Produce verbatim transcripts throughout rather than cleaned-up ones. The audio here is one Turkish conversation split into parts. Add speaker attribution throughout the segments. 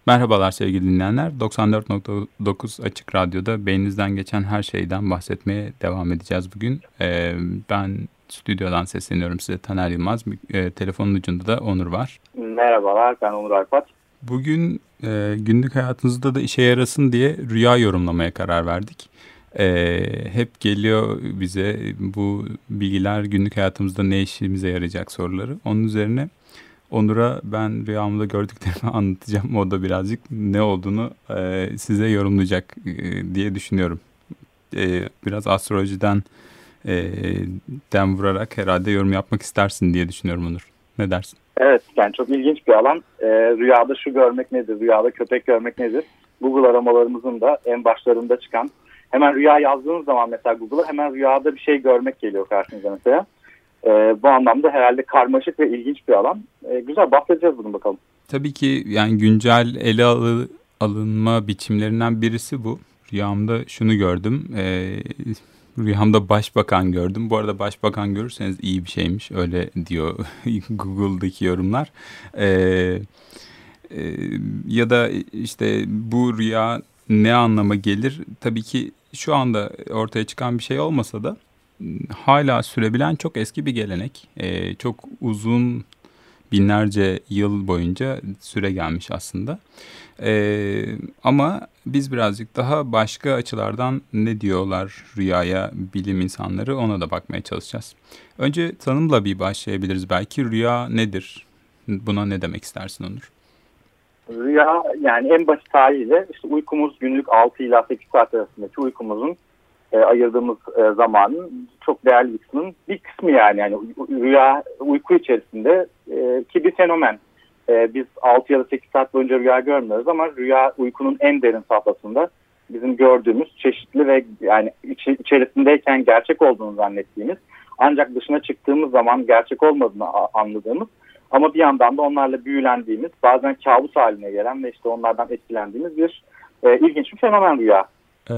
Speaker 1: Merhabalar sevgili dinleyenler. doksan dört nokta dokuz Açık Radyo'da beyninizden geçen her şeyden bahsetmeye devam edeceğiz bugün. Ee, ben stüdyodan sesleniyorum size, Taner Yılmaz. Ee, telefonun ucunda da Onur var.
Speaker 2: Merhabalar, ben Onur Arpat.
Speaker 1: Bugün e, günlük hayatınızda da işe yarasın diye rüya yorumlamaya karar verdik. Ee, hep geliyor bize bu bilgiler, günlük hayatımızda ne işimize yarayacak soruları. Onun üzerine Onur'a ben rüyamda gördüklerimi anlatacağım. O da birazcık ne olduğunu e, size yorumlayacak e, diye düşünüyorum. E, biraz astrolojiden e, dem vurarak herhalde yorum yapmak istersin diye düşünüyorum Onur. Ne dersin?
Speaker 2: Evet, yani çok ilginç bir alan. Ee, rüyada şu görmek nedir, rüyada köpek görmek nedir? Google aramalarımızın da en başlarında çıkan. Hemen rüya yazdığınız zaman mesela Google'a hemen rüyada bir şey görmek geliyor karşınıza mesela. Ee, bu anlamda herhalde karmaşık ve ilginç bir alan. Ee, güzel, bahsedeceğiz bunu bakalım.
Speaker 1: Tabii ki yani güncel ele alı, alınma biçimlerinden birisi bu. Rüyamda şunu gördüm. E, rüyamda başbakan gördüm. Bu arada başbakan görürseniz iyi bir şeymiş. Öyle diyor Google'daki yorumlar. E, e, ya da işte bu rüya ne anlama gelir? Tabii ki şu anda ortaya çıkan bir şey olmasa da hala sürebilen çok eski bir gelenek. E, çok uzun binlerce yıl boyunca süre gelmiş aslında. Ee, ama biz birazcık daha başka açılardan ne diyorlar rüyaya bilim insanları, ona da bakmaya çalışacağız. Önce tanımla bir başlayabiliriz belki. Rüya nedir? Buna ne demek istersin Onur?
Speaker 2: Rüya, yani en basit haliyle işte uykumuz günlük altı ila sekiz saat arasındaki uykumuzun e, ayırdığımız e, zamanın çok değerli bir kısmının bir kısmı yani. Yani rüya uyku içerisinde e, ki bir fenomen. E, biz altı ya da sekiz saat boyunca rüya görmüyoruz ama rüya uykunun en derin safhasında bizim gördüğümüz çeşitli ve yani iç, içerisindeyken gerçek olduğunu zannettiğimiz ancak dışına çıktığımız zaman gerçek olmadığını anladığımız ama bir yandan da onlarla büyülendiğimiz, bazen kabus haline gelen ve işte onlardan etkilendiğimiz bir e, ilginç bir fenomen rüya.
Speaker 1: Ee,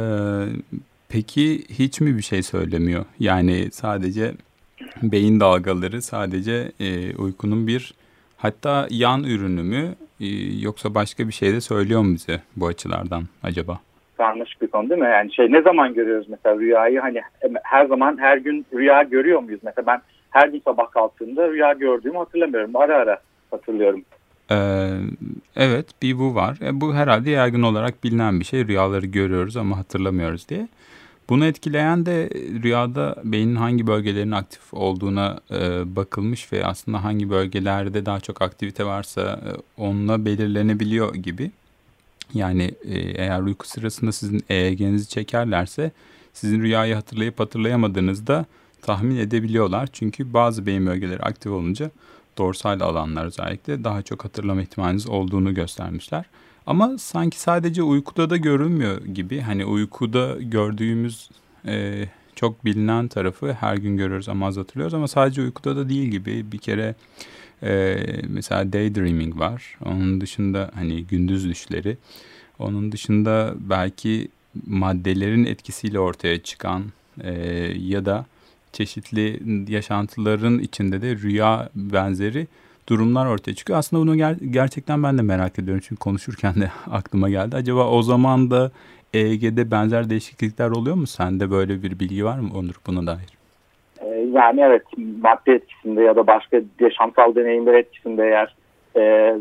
Speaker 1: peki hiç mi bir şey söylemiyor? Yani sadece beyin dalgaları, sadece e, uykunun bir, hatta yan ürünü mü, e, yoksa başka bir şey de söylüyor mu bize bu açılardan acaba?
Speaker 2: Karmaşık bir konu değil mi? Yani şey, ne zaman görüyoruz mesela rüyayı? Hani her zaman her gün rüya görüyor muyuz? Mesela ben her gün sabah kalktığımda rüya gördüğümü hatırlamıyorum. Ara ara hatırlıyorum.
Speaker 1: Ee, evet, bir bu var. E, bu herhalde yaygın olarak bilinen bir şey. Rüyaları görüyoruz ama hatırlamıyoruz diye. Bunu etkileyen de rüyada beynin hangi bölgelerinin aktif olduğuna e, bakılmış ve aslında hangi bölgelerde daha çok aktivite varsa e, onunla belirlenebiliyor gibi. Yani e, eğer uyku sırasında sizin E E G'nizi çekerlerse sizin rüyayı hatırlayıp hatırlayamadığınızda tahmin edebiliyorlar. Çünkü bazı beyin bölgeleri aktif olunca dorsal alanlar özellikle daha çok hatırlama ihtimaliniz olduğunu göstermişler. Ama sanki sadece uykuda da görünmüyor gibi. Hani uykuda gördüğümüz e, çok bilinen tarafı her gün görüyoruz ama az hatırlıyoruz. Ama sadece uykuda da değil gibi. Bir kere e, mesela daydreaming var. Onun dışında hani gündüz düşleri. Onun dışında belki maddelerin etkisiyle ortaya çıkan e, ya da çeşitli yaşantıların içinde de rüya benzeri durumlar ortaya çıkıyor. Aslında bunu ger- gerçekten ben de merak ediyorum. Çünkü konuşurken de aklıma geldi. Acaba o zaman da E E G'de benzer değişiklikler oluyor mu? Sende böyle bir bilgi var mı Onur, buna dair?
Speaker 2: Ee, yani evet, madde etkisinde ya da başka yaşamsal deneyimler etkisinde eğer e,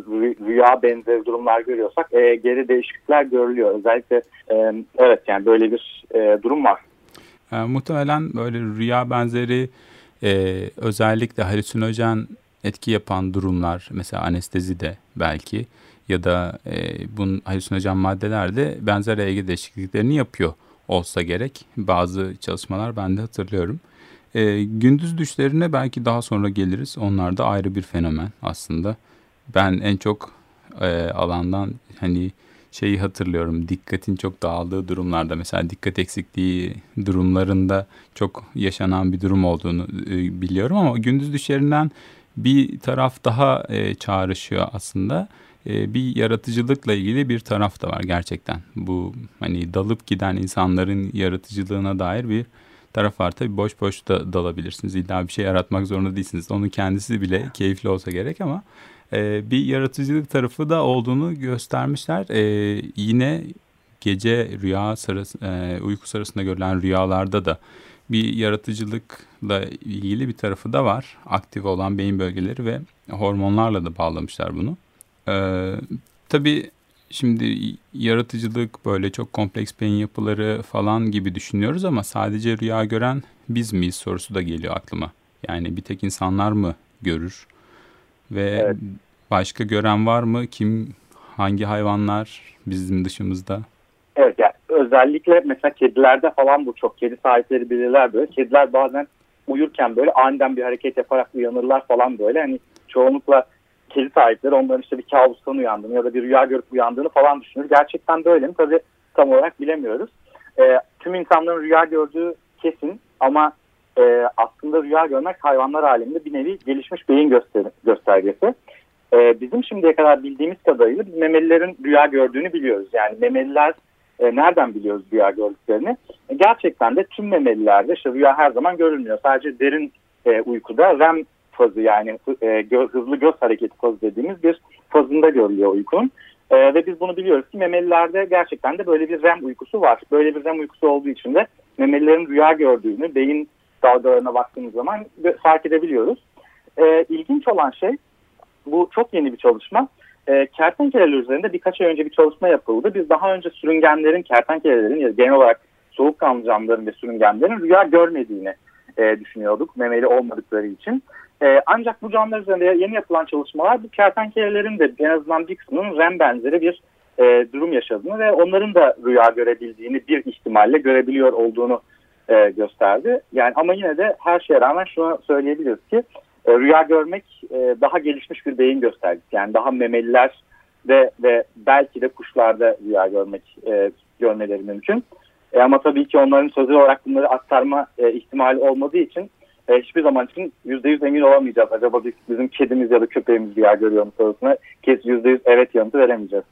Speaker 2: rüya benzeri durumlar görüyorsak e, geri değişiklikler görülüyor. Özellikle e, evet, yani böyle bir e, durum var.
Speaker 1: E, muhtemelen böyle rüya benzeri e, özellikle halüsinojen etki yapan durumlar, mesela anestezi de belki ya da e, bunun halüsinojen maddeler de benzer E E G değişikliklerini yapıyor olsa gerek. Bazı çalışmalar ben de hatırlıyorum. E, gündüz düşlerine belki daha sonra geliriz. Onlar da ayrı bir fenomen aslında. Ben en çok e, alandan hani şeyi hatırlıyorum. Dikkatin çok dağıldığı durumlarda, mesela dikkat eksikliği durumlarında çok yaşanan bir durum olduğunu e, biliyorum ama gündüz düşlerinden bir taraf daha e, çağrışıyor aslında. E, bir yaratıcılıkla ilgili bir taraf da var gerçekten. Bu hani dalıp giden insanların yaratıcılığına dair bir taraf var. Tabii boş boş da dalabilirsiniz. İlla bir şey yaratmak zorunda değilsiniz. Onun kendisi bile keyifli olsa gerek ama e, bir yaratıcılık tarafı da olduğunu göstermişler. E, yine gece rüya sırası, e, uyku sırasında görülen rüyalarda da bir yaratıcılıkla ilgili bir tarafı da var. Aktif olan beyin bölgeleri ve hormonlarla da bağlamışlar bunu. Ee, tabii şimdi yaratıcılık böyle çok kompleks beyin yapıları falan gibi düşünüyoruz ama sadece rüya gören biz miyiz sorusu da geliyor aklıma. Yani bir tek insanlar mı görür ve
Speaker 2: Evet.
Speaker 1: başka gören var mı? Kim, hangi hayvanlar bizim dışımızda?
Speaker 2: Evet, yani özellikle mesela kedilerde falan bu çok. Kedi sahipleri bilirler böyle. Kediler bazen uyurken böyle aniden bir hareket yaparak uyanırlar falan böyle. Hani çoğunlukla kedi sahipleri onların işte bir kabustan uyandığını ya da bir rüya görüp uyandığını falan düşünür. Gerçekten böyle mi? Tabii tam olarak bilemiyoruz. Ee, tüm insanların rüya gördüğü kesin ama e, aslında rüya görmek hayvanlar aleminde bir nevi gelişmiş beyin göster göstergesi. Ee, bizim şimdiye kadar bildiğimiz kadarıyla biz memelilerin rüya gördüğünü biliyoruz. Yani memeliler E, nereden biliyoruz rüya gördüklerini? E, gerçekten de tüm memelilerde işte rüya her zaman görülmüyor. Sadece derin e, uykuda R E M fazı yani e, gö, hızlı göz hareketi fazı dediğimiz bir fazında görülüyor uykunun. E, ve biz bunu biliyoruz ki memelilerde gerçekten de böyle bir R E M uykusu var. Böyle bir R E M uykusu olduğu için de memelilerin rüya gördüğünü beyin dalgalarına baktığımız zaman fark edebiliyoruz. E, ilginç olan şey, bu çok yeni bir çalışma. E, kertenkeleler üzerinde birkaç ay önce bir çalışma yapıldı. Biz daha önce sürüngenlerin, kertenkelelerin ya genel olarak soğukkanlı canlıların ve sürüngenlerin rüya görmediğini e, düşünüyorduk memeli olmadıkları için. E, ancak bu canlılar üzerinde yeni yapılan çalışmalar bu kertenkelelerin de en azından bir kısmının R E M benzeri bir e, durum yaşadığını ve onların da rüya görebildiğini bir ihtimalle görebiliyor olduğunu e, gösterdi. Yani ama yine de her şeye rağmen şunu söyleyebiliriz ki E, rüya görmek e, daha gelişmiş bir beyin göstergesi. Yani daha memelilerde ve belki de kuşlarda rüya görmek e, görmeleri mümkün. E, ama tabii ki onların sözlü olarak bunları aktarma e, ihtimali olmadığı için e, hiçbir zaman için yüzde yüz emin olamayacağız. Acaba bizim kedimiz ya da köpeğimiz rüya görüyor mu sorusuna kes yüzde yüz evet yanıtı veremeyeceğiz.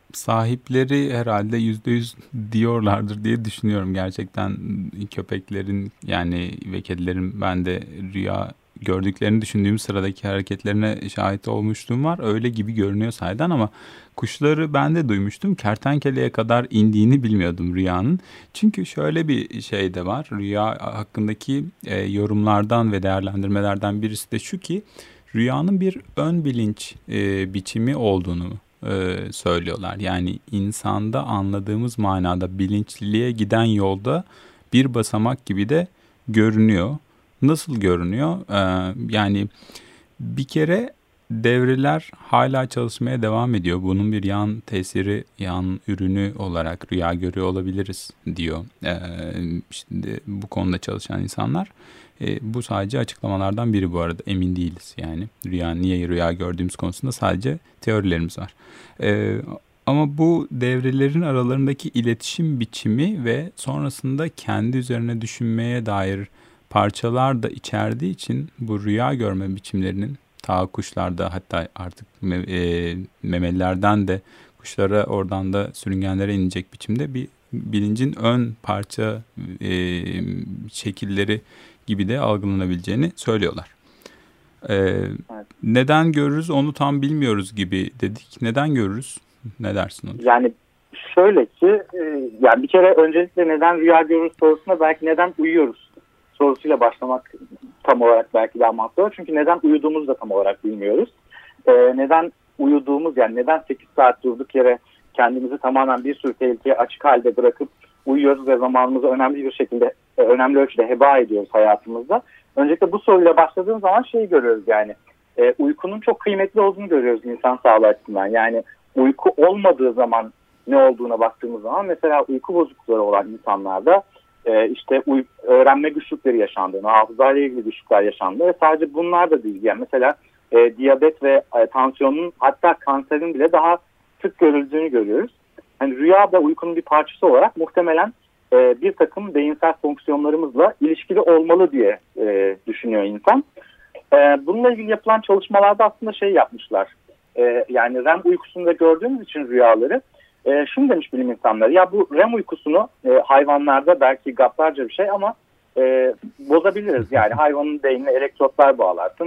Speaker 1: Sahipleri herhalde yüzde yüz diyorlardır diye düşünüyorum. Gerçekten köpeklerin yani ve kedilerin ben de rüya gördüklerini düşündüğüm sıradaki hareketlerine şahit olmuşluğum var. Öyle gibi görünüyor sahiden ama kuşları ben de duymuştum. Kertenkeleye kadar indiğini bilmiyordum rüyanın. Çünkü şöyle bir şey de var. Rüya hakkındaki e, yorumlardan ve değerlendirmelerden birisi de şu ki rüyanın bir ön bilinç e, biçimi olduğunu e, söylüyorlar. Yani insanda anladığımız manada bilinçliliğe giden yolda bir basamak gibi de görünüyor. Nasıl görünüyor? Ee, yani bir kere devreler hala çalışmaya devam ediyor. Bunun bir yan tesiri, yan ürünü olarak rüya görüyor olabiliriz diyor. Ee, şimdi bu konuda çalışan insanlar. Ee, bu sadece açıklamalardan biri bu arada. Emin değiliz yani. Rüya, niye rüya gördüğümüz konusunda sadece teorilerimiz var. Ee, Ama bu devrelerin aralarındaki iletişim biçimi ve sonrasında kendi üzerine düşünmeye dair parçalar da içerdiği için bu rüya görme biçimlerinin ta kuşlarda hatta artık me- e, memelilerden de kuşlara oradan da sürüngenlere inecek biçimde bir bilincin ön parça e, şekilleri gibi de algılanabileceğini söylüyorlar. E,
Speaker 2: Evet.
Speaker 1: Neden görürüz onu tam bilmiyoruz gibi dedik. Neden görürüz? Ne dersin hocam?
Speaker 2: Yani şöyle ki e, yani bir kere öncelikle neden rüya görürüz sorusuna belki neden uyuyoruz sorusuyla başlamak tam olarak belki daha mantıklı. Çünkü neden uyuduğumuzu da tam olarak bilmiyoruz. Ee, neden uyuduğumuz yani neden sekiz saat durduk yere kendimizi tamamen bir sürü tehlikeye açık halde bırakıp uyuyoruz ve zamanımızı önemli bir şekilde önemli ölçüde heba ediyoruz hayatımızda. Öncelikle bu soruyla başladığım zaman şeyi görüyoruz yani e, uykunun çok kıymetli olduğunu görüyoruz insan sağlığı açısından. Yani uyku olmadığı zaman ne olduğuna baktığımız zaman mesela uyku bozuklukları olan insanlarda e, işte uy- öğrenme güçlükleri yaşandığını, hafızayla ilgili güçlükler yaşandığını ve sadece bunlar da değil. Yani mesela e, diyabet ve e, tansiyonun hatta kanserin bile daha sık görüldüğünü görüyoruz. Yani rüya da uykunun bir parçası olarak muhtemelen e, bir takım beyinsel fonksiyonlarımızla ilişkili olmalı diye e, düşünüyor insan. E, bununla ilgili yapılan çalışmalarda aslında şey yapmışlar. E, yani R E M uykusunda gördüğümüz için rüyaları e, şunu demiş bilim insanları. Ya bu R E M uykusunu e, hayvanlarda belki gaddarca bir şey ama e, bozabiliriz. Yani hayvanın beynine elektrotlar bağlarsın ve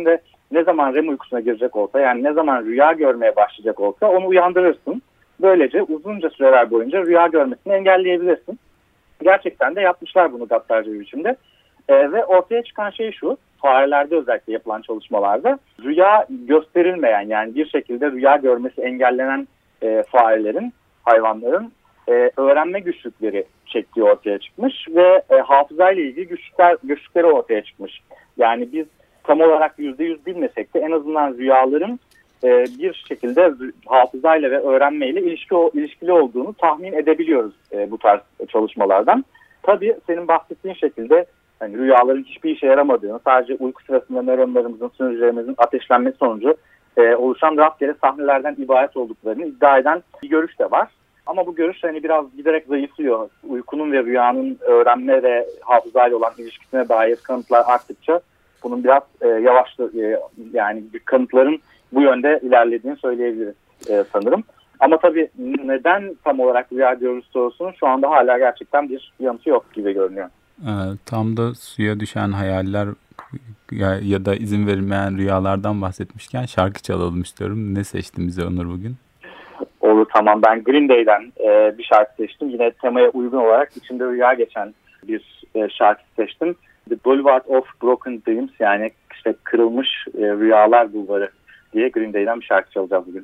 Speaker 2: ne zaman REM uykusuna girecek olsa, yani ne zaman rüya görmeye başlayacak olsa onu uyandırırsın. Böylece uzunca süreler boyunca rüya görmesini engelleyebilirsin. Gerçekten de yapmışlar bunu gaddarca bir biçimde. Ee, ve ortaya çıkan şey şu, farelerde özellikle yapılan çalışmalarda rüya gösterilmeyen, yani bir şekilde rüya görmesi engellenen e, farelerin, hayvanların e, öğrenme güçlükleri çektiği ortaya çıkmış ve e, hafızayla ilgili güçlükler, güçlükleri ortaya çıkmış. Yani biz tam olarak yüzde yüz bilmesek de en azından rüyaların e, bir şekilde hafızayla ve öğrenmeyle ilişki, ilişkili olduğunu tahmin edebiliyoruz e, bu tarz çalışmalardan. Tabii senin bahsettiğin şekilde hani rüyaların hiçbir işe yaramadığını, sadece uyku sırasında nöronlarımızın, sinirlerimizin ateşlenmesi sonucu e, oluşan rastgele sahnelerden ibaret olduklarını iddia eden bir görüş de var. Ama bu görüş hani biraz giderek zayıflıyor. Uykunun ve rüyanın öğrenme ve hafızayla olan ilişkisine dair kanıtlar arttıkça bunun biraz e, yavaşlı e, yani kanıtların bu yönde ilerlediğini söyleyebiliriz e, sanırım. Ama tabii neden tam olarak rüya görürüz sorusunun şu anda hala gerçekten bir yanıtı yok gibi görünüyor.
Speaker 1: Ee, tam da suya düşen hayaller ya, ya da izin verilmeyen rüyalardan bahsetmişken şarkı çalalım istiyorum. Ne seçtin bize Onur bugün?
Speaker 2: Olur, tamam, ben Green Day'den e, bir şarkı seçtim. Yine temaya uygun olarak içinde rüya geçen bir e, şarkı seçtim. The Boulevard of Broken Dreams, yani işte kırılmış e, rüyalar bulvarı diye Green Day'den bir şarkı çalacağız bugün.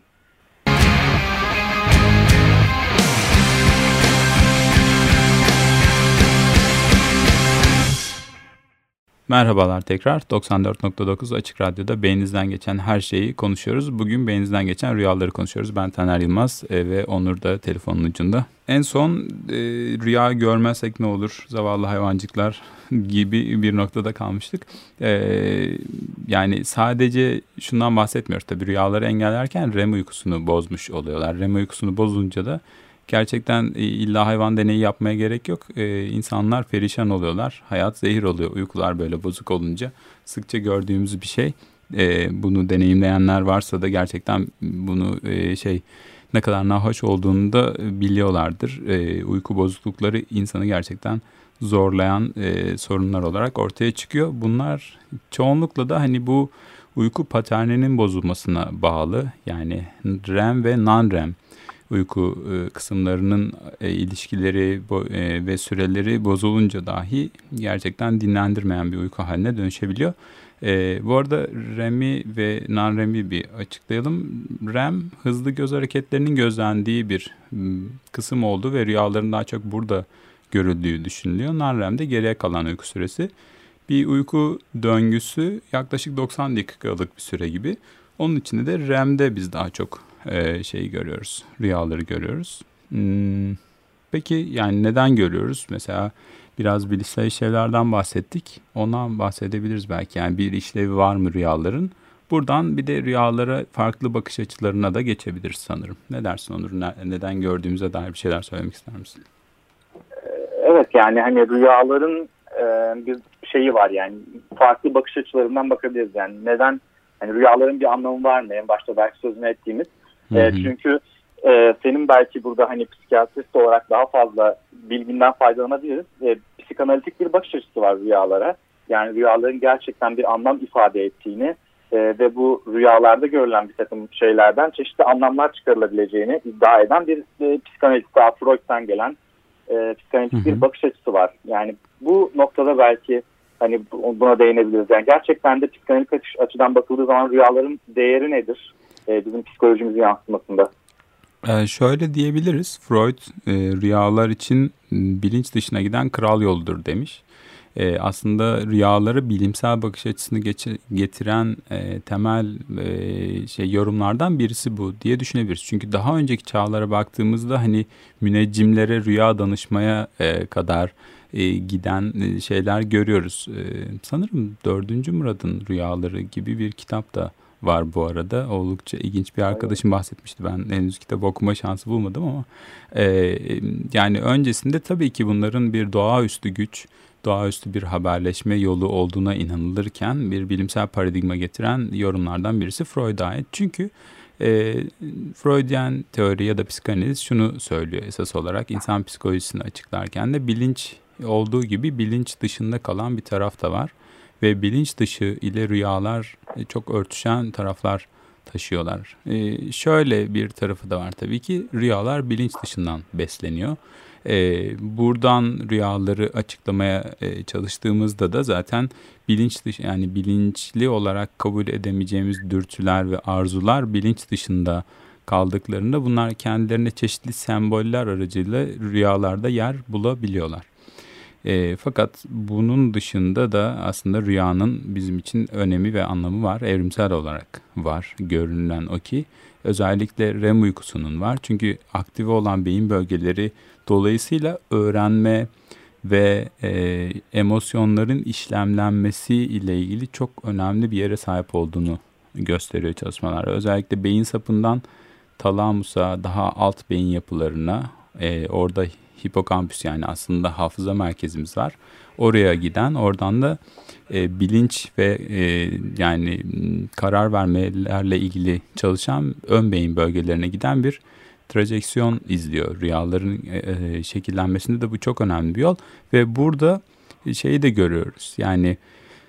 Speaker 1: Merhabalar tekrar. doksan dört nokta dokuz Açık Radyo'da beyninizden geçen her şeyi konuşuyoruz. Bugün beyninizden geçen rüyaları konuşuyoruz. Ben Taner Yılmaz e, ve Onur da telefonun ucunda. En son e, rüya görmezsek ne olur zavallı hayvancıklar gibi bir noktada kalmıştık. E, yani sadece şundan bahsetmiyoruz. Tabii rüyaları engellerken REM uykusunu bozmuş oluyorlar. REM uykusunu bozunca da gerçekten illa hayvan deneyi yapmaya gerek yok. Ee, insanlar perişan oluyorlar. Hayat zehir oluyor uykular böyle bozuk olunca. Sıkça gördüğümüz bir şey. Ee, bunu deneyimleyenler varsa da gerçekten bunu e, şey ne kadar nahoş olduğunu da biliyorlardır. Ee, uyku bozuklukları insanı gerçekten zorlayan e, sorunlar olarak ortaya çıkıyor. Bunlar çoğunlukla da hani bu uyku paterninin bozulmasına bağlı. Yani REM ve non-REM uyku e, kısımlarının e, ilişkileri bo, e, ve süreleri bozulunca dahi gerçekten dinlendirmeyen bir uyku haline dönüşebiliyor. E, bu arada REM'i ve non-REM'i bir açıklayalım. REM hızlı göz hareketlerinin gözlendiği bir m, kısım oldu ve rüyaların daha çok burada görüldüğü düşünülüyor. Non-REM de geriye kalan uyku süresi. Bir uyku döngüsü yaklaşık doksan dakikalık bir süre gibi. Onun içinde de REM'de biz daha çok Ee, şeyi görüyoruz, rüyaları görüyoruz. Hmm, peki yani neden görüyoruz? Mesela biraz bilişsel şeylerden bahsettik. Ondan bahsedebiliriz belki. Yani bir işlevi var mı rüyaların? Buradan bir de rüyalara farklı bakış açılarına da geçebiliriz sanırım. Ne dersin Onur? Ne, neden gördüğümüze dair bir şeyler söylemek ister misin?
Speaker 2: Evet, yani hani rüyaların e, bir şeyi var, yani farklı bakış açılarından bakabiliriz. Yani neden hani rüyaların bir anlamı var mı? En başta belki sözünü ettiğimiz. Hı hı. E, çünkü e, senin belki burada hani psikiyatrist olarak daha fazla bilginden faydalanabiliriz. E, psikanalitik bir bakış açısı var rüyalara. Yani rüyaların gerçekten bir anlam ifade ettiğini e, ve bu rüyalarda görülen bir takım şeylerden çeşitli anlamlar çıkarılabileceğini iddia eden bir e, psikanalitik, daha Freud'dan gelen e, psikanalitik bir bakış açısı var. Yani bu noktada belki hani buna değinebiliriz. Yani gerçekten de psikanalitik açıdan bakıldığı zaman rüyaların değeri nedir? Ee, bizim psikolojimizin yansımasında.
Speaker 1: Ee, şöyle diyebiliriz. Freud e, rüyalar için bilinç dışına giden kral yoludur demiş. E, aslında rüyaları bilimsel bakış açısını geçir, getiren e, temel e, şey yorumlardan birisi bu diye düşünebiliriz. Çünkü daha önceki çağlara baktığımızda hani müneccimlere rüya danışmaya e, kadar e, giden e, şeyler görüyoruz. E, sanırım dördüncü Murad'ın Rüyaları gibi bir kitap da var bu arada. Oldukça ilginç bir arkadaşım bahsetmişti. Ben henüz kitabı okuma şansı bulmadım ama e, yani öncesinde tabii ki bunların bir doğaüstü güç, doğaüstü bir haberleşme yolu olduğuna inanılırken bir bilimsel paradigma getiren yorumlardan birisi Freud'a ait. Çünkü e, Freudian teori ya da psikanaliz şunu söylüyor esas olarak, insan psikolojisini açıklarken de bilinç olduğu gibi bilinç dışında kalan bir taraf da var. Ve bilinç dışı ile rüyalar e, çok örtüşen taraflar taşıyorlar. E, şöyle bir tarafı da var tabii ki, rüyalar bilinç dışından besleniyor. E, buradan rüyaları açıklamaya e, çalıştığımızda da zaten bilinç dışı, yani bilinçli olarak kabul edemeyeceğimiz dürtüler ve arzular bilinç dışında kaldıklarında bunlar kendilerine çeşitli semboller aracılığıyla rüyalarda yer bulabiliyorlar. E, fakat bunun dışında da aslında rüyanın bizim için önemi ve anlamı var. Evrimsel olarak var. Görünen o ki özellikle R E M uykusunun var. Çünkü aktive olan beyin bölgeleri dolayısıyla öğrenme ve e, emosyonların işlemlenmesi ile ilgili çok önemli bir yere sahip olduğunu gösteriyor çalışmalar. Özellikle beyin sapından talamusa, daha alt beyin yapılarına, e, orada hipokampüs, yani aslında hafıza merkezimiz var. Oraya giden, oradan da e, bilinç ve e, yani karar vermelerle ilgili çalışan ön beyin bölgelerine giden bir trajeksiyon izliyor. Rüyaların e, şekillenmesinde de bu çok önemli bir yol. Ve burada şeyi de görüyoruz. Yani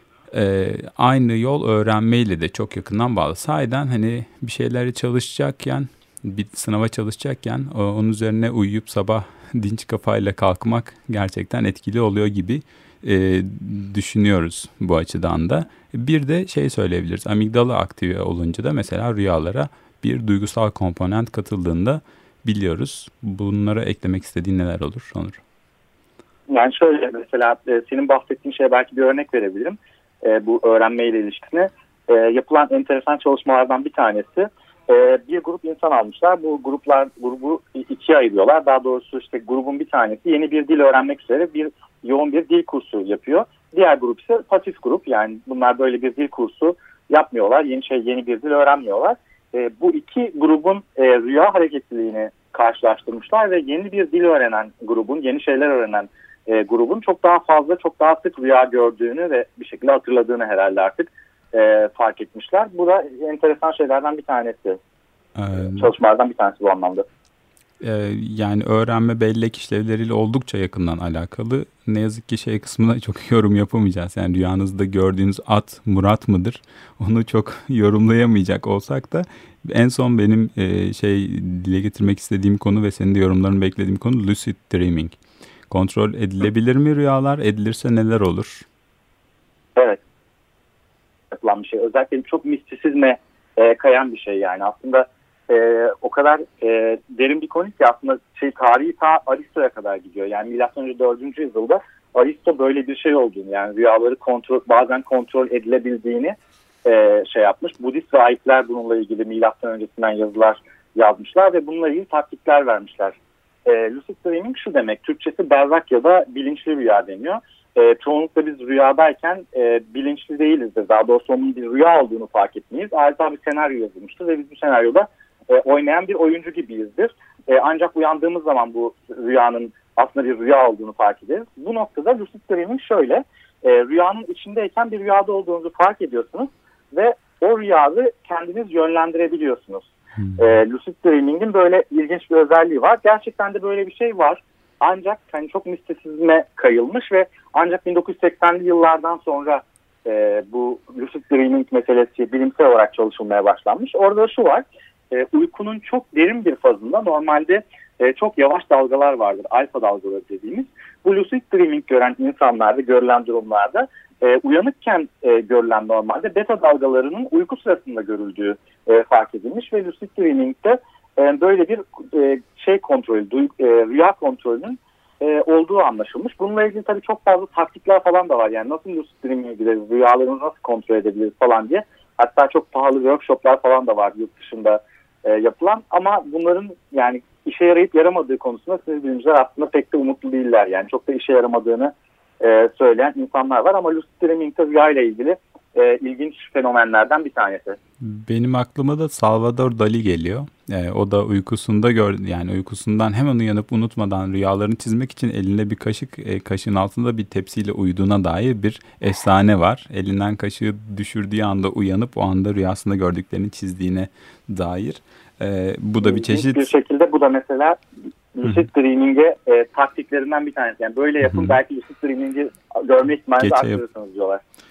Speaker 1: e, aynı yol öğrenmeyle de çok yakından bağlı. Sahiden hani bir şeyleri çalışacakken, bir sınava çalışacakken onun üzerine uyuyup sabah dinç kafayla kalkmak gerçekten etkili oluyor gibi e, düşünüyoruz bu açıdan da. Bir de şey söyleyebiliriz. Amigdala aktive olunca da mesela rüyalara bir duygusal komponent katıldığında biliyoruz. Bunlara eklemek istediğin neler olur Onur?
Speaker 2: Yani şöyle, mesela e, senin bahsettiğin şeye belki bir örnek verebilirim. E, bu öğrenmeyle ilişkisine. E, yapılan enteresan çalışmalardan bir tanesi. E, bir grup insan almışlar. Bu gruplar grubu ikiye ayırıyorlar. Daha doğrusu işte grubun bir tanesi yeni bir dil öğrenmek üzere bir yoğun bir dil kursu yapıyor. Diğer grup ise pasif grup. Yani bunlar böyle bir dil kursu yapmıyorlar. Yeni şey yeni bir dil öğrenmiyorlar. E, bu iki grubun e, rüya hareketliliğini karşılaştırmışlar ve yeni bir dil öğrenen grubun, yeni şeyler öğrenen e, grubun çok daha fazla, çok daha sık rüya gördüğünü ve bir şekilde hatırladığını herhalde artık e, fark etmişler. Bu da enteresan şeylerden bir tanesi. Ee, Çalışmalardan bir tanesi bu anlamda.
Speaker 1: E, yani öğrenme bellek işlevleriyle oldukça yakından alakalı. Ne yazık ki şey kısmına çok yorum yapamayacağız. Yani rüyanızda gördüğünüz at Murat mıdır? Onu çok yorumlayamayacak olsak da en son benim e, şey dile getirmek istediğim konu ve senin de yorumlarını beklediğim konu lucid dreaming. Kontrol edilebilir mi rüyalar? Edilirse neler olur?
Speaker 2: Evet. Yapılan bir şey. Özellikle çok mistisizme e, kayan bir şey yani. Aslında e, o kadar e, derin bir konu ki aslında şey, tarihi ta Aristo'ya kadar gidiyor. Yani milattan önce dördüncü yüzyılda Aristo böyle bir şey olduğunu, yani rüyaları kontrol, bazen kontrol edilebildiğini e, şey yapmış. Budist rahipler bununla ilgili milattan öncesinden yazılar yazmışlar ve bununla ilgili taktikler vermişler. E, lucid dreaming şu demek, Türkçesi berrak ya da bilinçli rüya deniyor. E, çoğunlukla biz rüyadayken e, bilinçli değilizdir. Daha doğrusu onun bir rüya olduğunu fark etmeyiz. Adeta bir senaryo yazılmıştır ve biz bu senaryoda e, oynayan bir oyuncu gibiyizdir. E, ancak uyandığımız zaman bu rüyanın aslında bir rüya olduğunu fark ederiz. Bu noktada lucid dreaming şöyle, e, rüyanın içindeyken bir rüyada olduğunuzu fark ediyorsunuz ve o rüyayı kendiniz yönlendirebiliyorsunuz. Hmm. E, lucid dreaming'in böyle ilginç bir özelliği var. Gerçekten de böyle bir şey var. Ancak hani çok mistisizme kayılmış ve ancak bin dokuz yüz seksenli yıllardan sonra e, bu lucid dreaming meselesi bilimsel olarak çalışılmaya başlanmış. Orada şu var, e, uykunun çok derin bir fazında normalde e, çok yavaş dalgalar vardır, alfa dalgaları dediğimiz. Bu lucid dreaming gören insanlarda, görülen durumlarda e, uyanıkken e, görülen normalde beta dalgalarının uyku sırasında görüldüğü e, fark edilmiş ve lucid dreaming'de böyle bir şey kontrolü, rüya kontrolünün olduğu anlaşılmış. Bununla ilgili tabii çok fazla taktikler falan da var. Yani nasıl lucid dreaming'e gideriz, rüyalarımızı nasıl kontrol edebiliriz falan diye. Hatta çok pahalı workshoplar falan da var yurt dışında yapılan. Ama bunların yani işe yarayıp yaramadığı konusunda sinir bilimciler aslında pek de umutlu değiller. Yani çok da işe yaramadığını söyleyen insanlar var. Ama lucid dreaming de rüya ile ilgili E, ilginç fenomenlerden bir tanesi.
Speaker 1: Benim aklıma da Salvador Dali geliyor. E, o da uykusunda gördü, yani uykusundan hemen uyanıp unutmadan rüyalarını çizmek için elinde bir kaşık, e, kaşığın altında bir tepsiyle uyuduğuna dair bir efsane var. Elinden kaşığı düşürdüğü anda uyanıp o anda rüyasında gördüklerini çizdiğine dair. E, bu da bir çeşit.
Speaker 2: Bir şekilde bu da mesela lucid dreaming'e e, taktiklerinden bir tanesi. Yani böyle yapın, Hı-hı. belki lucid dreaming'i görme ihtimalinizi arttırırsınız diyorlar.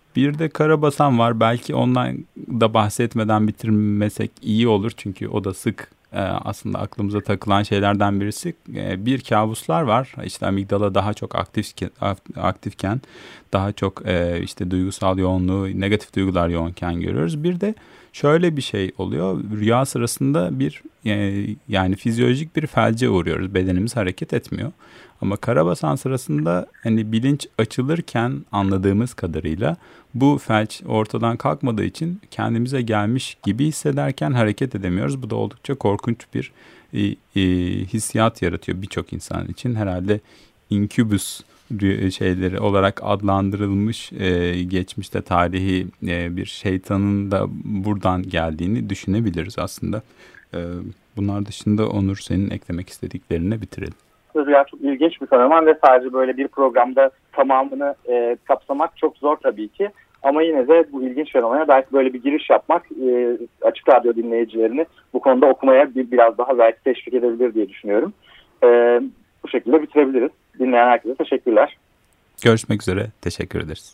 Speaker 1: Bir de Karabasan var. Belki ondan da bahsetmeden bitirmesek iyi olur. Çünkü o da sık e, aslında aklımıza takılan şeylerden birisi. E, bir kabuslar var. İşte amigdala daha çok aktifken, aktifken daha çok e, işte duygusal yoğunluğu, negatif duygular yoğunken görüyoruz. Bir de şöyle bir şey oluyor. Rüya sırasında bir e, yani fizyolojik bir felce uğruyoruz. Bedenimiz hareket etmiyor. Ama Karabasan sırasında hani bilinç açılırken anladığımız kadarıyla bu felç ortadan kalkmadığı için kendimize gelmiş gibi hissederken hareket edemiyoruz. Bu da oldukça korkunç bir e, e, hissiyat yaratıyor birçok insan için. Herhalde inkübüs şeyleri olarak adlandırılmış e, geçmişte tarihi e, bir şeytanın da buradan geldiğini düşünebiliriz aslında. E, bunlar dışında Onur, senin eklemek istediklerini bitirelim.
Speaker 2: Rüya çok ilginç bir fenomen ve sadece böyle bir programda tamamını e, kapsamak çok zor tabii ki. Ama yine de bu ilginç fenomene belki böyle bir giriş yapmak e, Açık Radyo dinleyicilerini bu konuda okumaya bir, biraz daha belki teşvik edebilir diye düşünüyorum. E, bu şekilde bitirebiliriz. Dinleyen herkese teşekkürler.
Speaker 1: Görüşmek üzere. Teşekkür ederiz.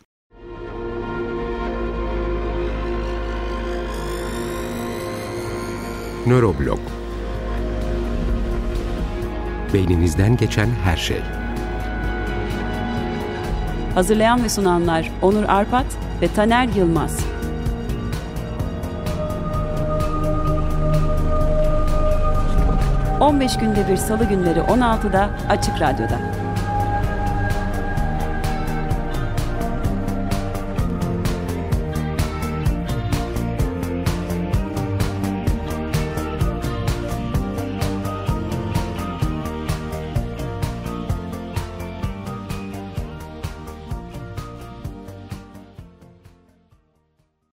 Speaker 3: Nöroblog. Beyninizden geçen her şey.
Speaker 4: Hazırlayan ve sunanlar Onur Arpat ve Taner Yılmaz. on beş günde bir salı günleri on altıda Açık Radyo'da.